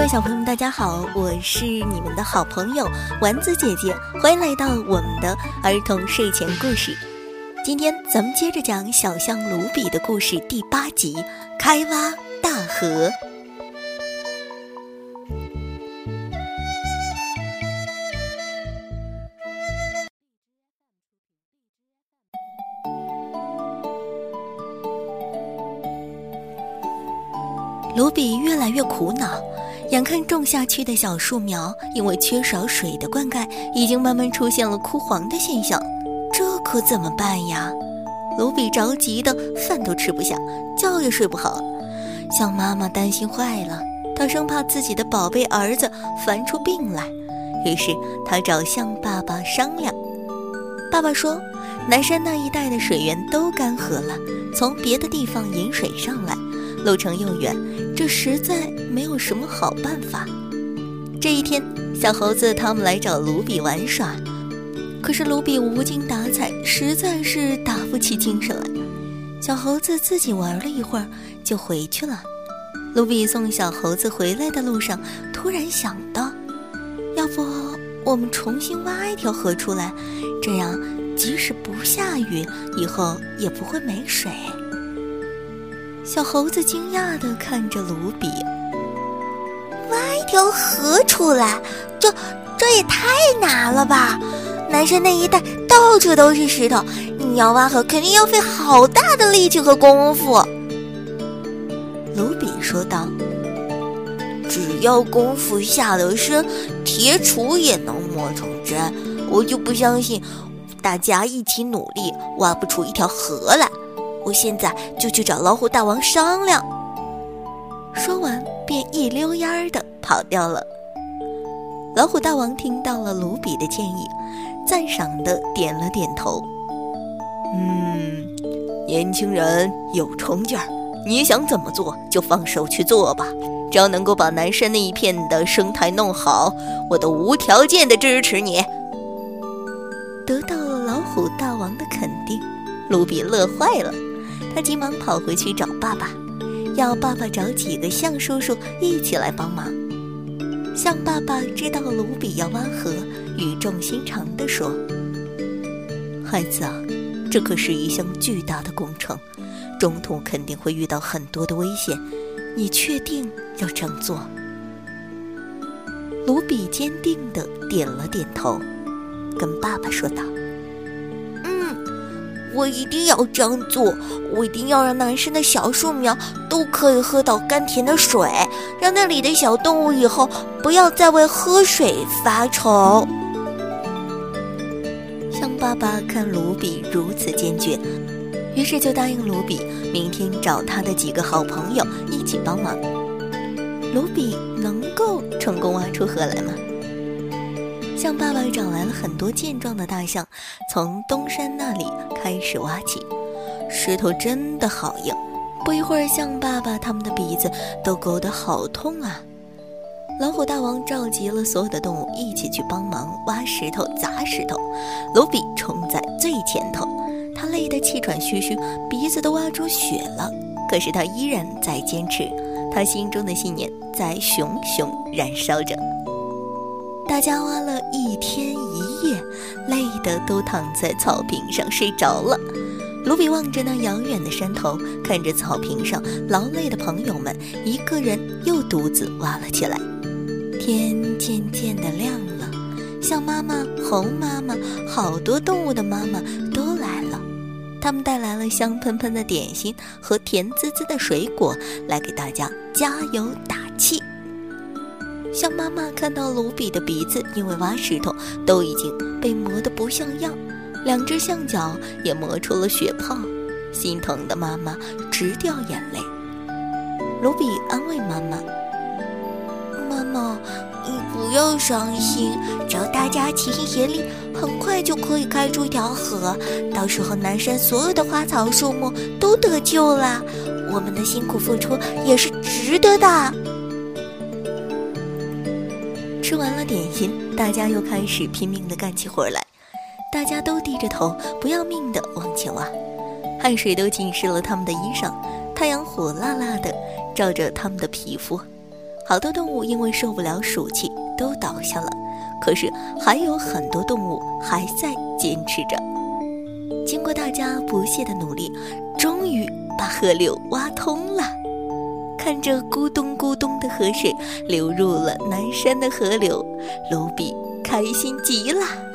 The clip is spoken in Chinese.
位小朋友们大家好，我是你们的好朋友丸子姐姐，欢迎来到我们的儿童睡前故事。今天咱们接着讲小象卢比的故事第8集，开挖大河。卢比越来越苦恼，眼看种下去的小树苗因为缺少水的灌溉，已经慢慢出现了枯黄的现象，这可怎么办呀？卢比着急的饭都吃不下，觉也睡不好。象妈妈担心坏了，她生怕自己的宝贝儿子烦出病来，于是她找象爸爸商量。爸爸说，南山那一带的水源都干涸了，从别的地方引水上来，路程又远，这实在没有什么好办法。这一天，小猴子他们来找卢比玩耍，可是卢比无精打采，实在是打不起精神来。小猴子自己玩了一会儿就回去了。卢比送小猴子回来的路上，突然想到，要不我们重新挖一条河出来，这样即使不下雨，以后也不会没水。小猴子惊讶地看着卢比， 挖一条河出来，这也太难了吧！南山那一带到处都是石头，你要挖河肯定要费好大的力气和功夫。 卢比说道， 只要功夫下得深，铁杵也能磨成针。我就不相信大家一起努力挖不出一条河来。我现在就去找老虎大王商量。 说完便一溜烟儿地跑掉了。老虎大王听到了卢比的建议，赞赏地点了点头。年轻人有冲劲儿，你想怎么做就放手去做吧，只要能够把南山那一片的生态弄好，我都无条件地支持你。得到了老虎大王的肯定，卢比乐坏了，他急忙跑回去找爸爸，要爸爸找几个象叔叔一起来帮忙。象爸爸知道卢比要挖河，语重心长地说，孩子啊，这可是一项巨大的工程，中途肯定会遇到很多的危险，你确定要这样做？卢比坚定地点了点头，跟爸爸说道， 我一定要这样做，我一定要让南山的小树苗都可以喝到甘甜的水，让那里的小动物以后不要再为喝水发愁。 象爸爸看卢比如此坚决，于是就答应卢比明天找他的几个好朋友一起帮忙。卢比能够成功挖出河来吗？象爸爸找来了很多健壮的大象，从东山那里开始挖起。石头真的好硬，不一会儿象爸爸他们的鼻子都勾得好痛啊。老虎大王召集了所有的动物一起去帮忙挖石头砸石头，卢比冲在最前头，他累得气喘吁吁，鼻子都挖出血了，可是他依然在坚持，他心中的信念在熊熊燃烧着。大家挖了一天一夜，累得都躺在草坪上睡着了。卢比望着那遥远的山头，看着草坪上劳累的朋友们，一个人又独自挖了起来。天渐渐地亮了，象妈妈、猴妈妈，好多动物的妈妈都来了，他们带来了香喷喷的点心和甜滋滋的水果，来给大家加油打气。象妈妈看到卢比的鼻子因为挖石头都已经被磨得不像样，2只象脚也磨出了血泡，心疼的妈妈直掉眼泪。卢比安慰妈妈， 妈妈，你不要伤心，只要大家齐心协力，很快就可以开出一条河，到时候南山所有的花草树木都得救了，我们的辛苦付出也是值得的。 吃完了点心，大家又开始拼命地干起活来，大家都低着头不要命地往前挖，汗水都浸湿了他们的衣裳，太阳火辣辣地照着他们的皮肤。 好多动物因为受不了暑气都倒下了，可是还有很多动物还在坚持着。经过大家不懈的努力，终于把河流挖通了。看着咕咚咕咚的河水流入了南山的河流，卢比开心极了。